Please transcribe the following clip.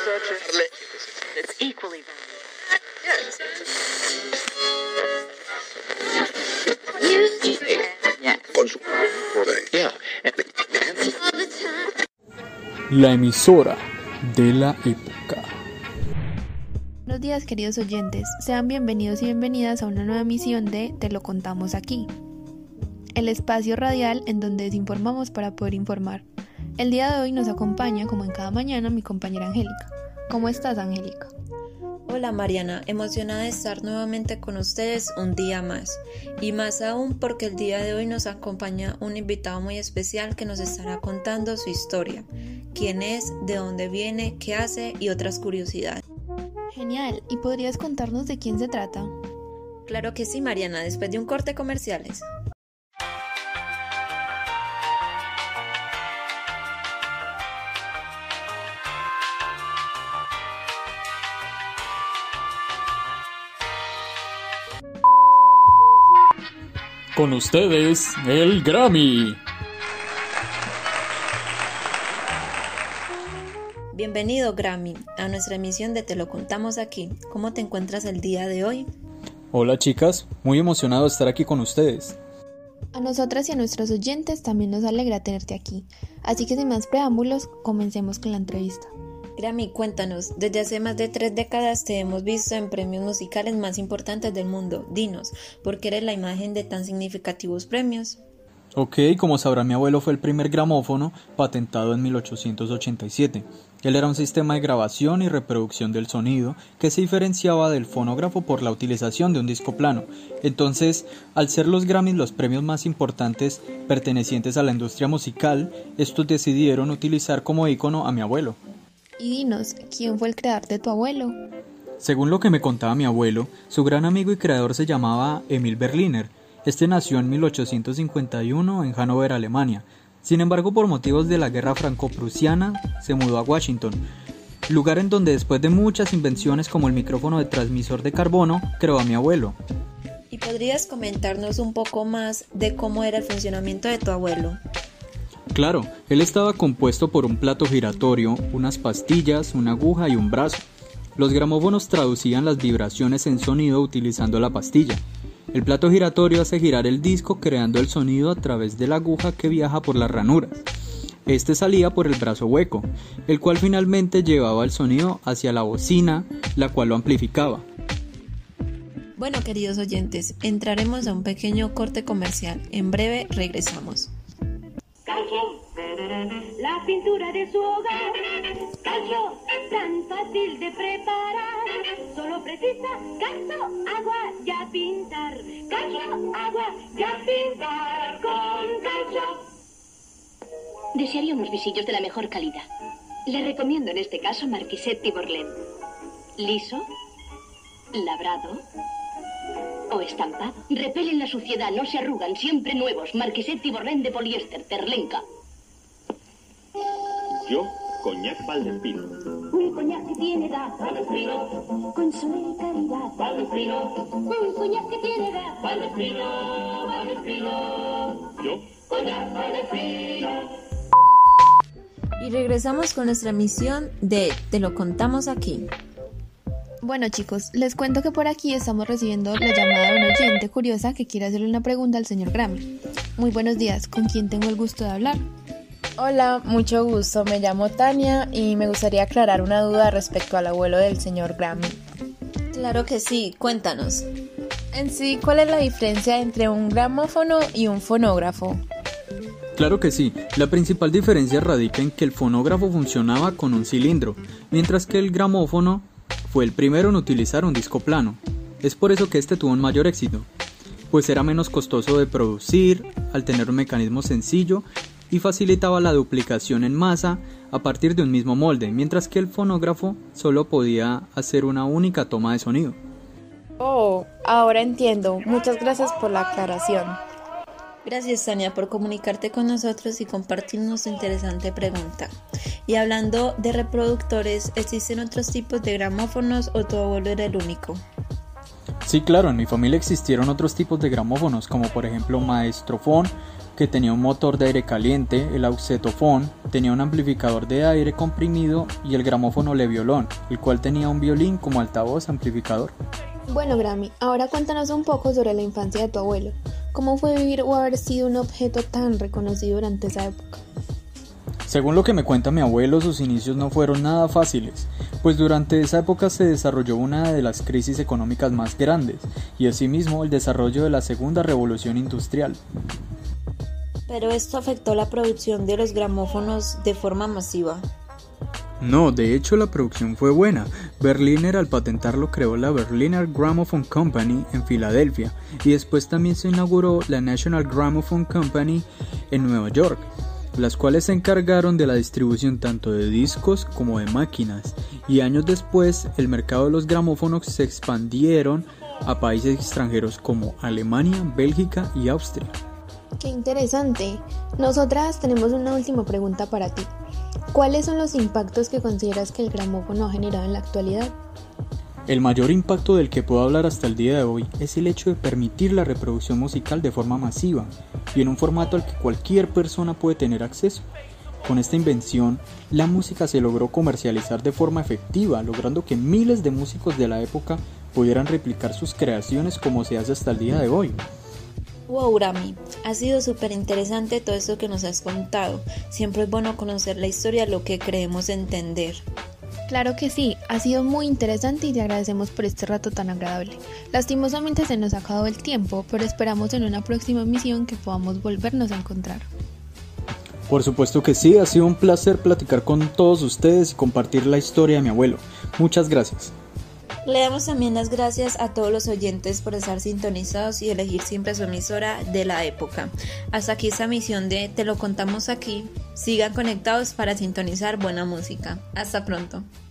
It's equally La emisora de la época. Buenos días, queridos oyentes, sean bienvenidos y bienvenidas a una nueva emisión de Te lo contamos aquí, el espacio radial en donde desinformamos para poder informar. El día de hoy nos acompaña, como en cada mañana, mi compañera Angélica. ¿Cómo estás, Angélica? Hola Mariana, emocionada de estar nuevamente con ustedes un día más, y más aún porque el día de hoy nos acompaña un invitado muy especial que nos estará contando su historia, quién es, de dónde viene, qué hace y otras curiosidades. Genial, ¿y podrías contarnos de quién se trata? Claro que sí, Mariana, después de un corte comerciales. Con ustedes, el Grammy. Bienvenido, Grammy, a nuestra emisión de Te lo contamos aquí. ¿Cómo te encuentras el día de hoy? Hola chicas, muy emocionado de estar aquí con ustedes. A nosotras y a nuestros oyentes también nos alegra tenerte aquí, así que sin más preámbulos, comencemos con la entrevista. Grammy, cuéntanos, desde hace más de 3 décadas te hemos visto en premios musicales más importantes del mundo. Dinos, ¿por qué eres la imagen de tan significativos premios? Ok, como sabrán, mi abuelo fue el primer gramófono patentado en 1887. Él era un sistema de grabación y reproducción del sonido que se diferenciaba del fonógrafo por la utilización de un disco plano. Entonces, al ser los Grammys los premios más importantes pertenecientes a la industria musical, estos decidieron utilizar como ícono a mi abuelo. Y dinos, ¿quién fue el creador de tu abuelo? Según lo que me contaba mi abuelo, su gran amigo y creador se llamaba Emil Berliner. Este nació en 1851 en Hannover, Alemania. Sin embargo, por motivos de la guerra franco-prusiana, se mudó a Washington, lugar en donde después de muchas invenciones como el micrófono de transmisor de carbono, creó a mi abuelo. ¿Y podrías comentarnos un poco más de cómo era el funcionamiento de tu abuelo? Claro, él estaba compuesto por un plato giratorio, unas pastillas, una aguja y un brazo. Los gramófonos traducían las vibraciones en sonido utilizando la pastilla. El plato giratorio hace girar el disco creando el sonido a través de la aguja que viaja por las ranuras. Este salía por el brazo hueco, el cual finalmente llevaba el sonido hacia la bocina, la cual lo amplificaba. Bueno, queridos oyentes, entraremos a un pequeño corte comercial. En breve regresamos. La pintura de su hogar, calcio, tan fácil de preparar. Solo precisa calcio, agua, ya pintar. Calcio, agua, ya pintar con calcio. Desearía unos visillos de la mejor calidad. Le recomiendo en este caso Marquisette Borlén. Liso, labrado o estampado. Repelen la suciedad, no se arrugan, siempre nuevos. Marquisette Borlén de poliéster, Terlenca. Yo, coñac Valdespino. Un coñac que tiene edad, Valdespino. con soler y calidad. Valdespino. Un coñac que tiene edad, Valdespino. Valdespino. Yo, coñac Valdespino. Y regresamos con nuestra emisión de Te lo contamos aquí. Bueno chicos, les cuento que por aquí estamos recibiendo la llamada de una oyente curiosa que quiere hacerle una pregunta al señor Grammy. Muy buenos días, ¿con quién tengo el gusto de hablar? Hola, mucho gusto, me llamo Tania y me gustaría aclarar una duda respecto al abuelo del señor Grammy. Claro que sí, cuéntanos. En sí, ¿cuál es la diferencia entre un gramófono y un fonógrafo? Claro que sí, la principal diferencia radica en que el fonógrafo funcionaba con un cilindro, mientras que el gramófono fue el primero en utilizar un disco plano. Es por eso que este tuvo un mayor éxito, pues era menos costoso de producir, al tener un mecanismo sencillo y facilitaba la duplicación en masa a partir de un mismo molde, mientras que el fonógrafo solo podía hacer una única toma de sonido. Oh, ahora entiendo. Muchas gracias por la aclaración. Gracias, Tania, por comunicarte con nosotros y compartirnos tu interesante pregunta. Y hablando de reproductores, ¿existen otros tipos de gramófonos o tu abuelo era el único? Sí, claro, en mi familia existieron otros tipos de gramófonos, como por ejemplo maestrofón, que tenía un motor de aire caliente, el auxetofón, tenía un amplificador de aire comprimido y el gramófono Le Violon, el cual tenía un violín como altavoz amplificador. Bueno, Grammy, ahora cuéntanos un poco sobre la infancia de tu abuelo. ¿Cómo fue vivir o haber sido un objeto tan reconocido durante esa época? Según lo que me cuenta mi abuelo, sus inicios no fueron nada fáciles, pues durante esa época se desarrolló una de las crisis económicas más grandes, y asimismo el desarrollo de la segunda revolución industrial. Pero esto afectó la producción de los gramófonos de forma masiva. No, de hecho la producción fue buena. Berliner al patentarlo creó la Berliner Gramophone Company en Filadelfia, y después también se inauguró la National Gramophone Company en Nueva York, las cuales se encargaron de la distribución tanto de discos como de máquinas, y años después el mercado de los gramófonos se expandieron a países extranjeros como Alemania, Bélgica y Austria. ¡Qué interesante! Nosotras tenemos una última pregunta para ti. ¿Cuáles son los impactos que consideras que el gramófono ha generado en la actualidad? El mayor impacto del que puedo hablar hasta el día de hoy es el hecho de permitir la reproducción musical de forma masiva y en un formato al que cualquier persona puede tener acceso. Con esta invención, la música se logró comercializar de forma efectiva, logrando que miles de músicos de la época pudieran replicar sus creaciones como se hace hasta el día de hoy. Wow, Grammy, ha sido súper interesante todo esto que nos has contado. Siempre es bueno conocer la historia, lo que creemos entender. Claro que sí, ha sido muy interesante y te agradecemos por este rato tan agradable. Lastimosamente se nos ha acabado el tiempo, pero esperamos en una próxima emisión que podamos volvernos a encontrar. Por supuesto que sí, ha sido un placer platicar con todos ustedes y compartir la historia de mi abuelo. Muchas gracias. Le damos también las gracias a todos los oyentes por estar sintonizados y elegir siempre su emisora de la época. Hasta aquí esta misión de Te lo contamos aquí. Sigan conectados para sintonizar buena música. Hasta pronto.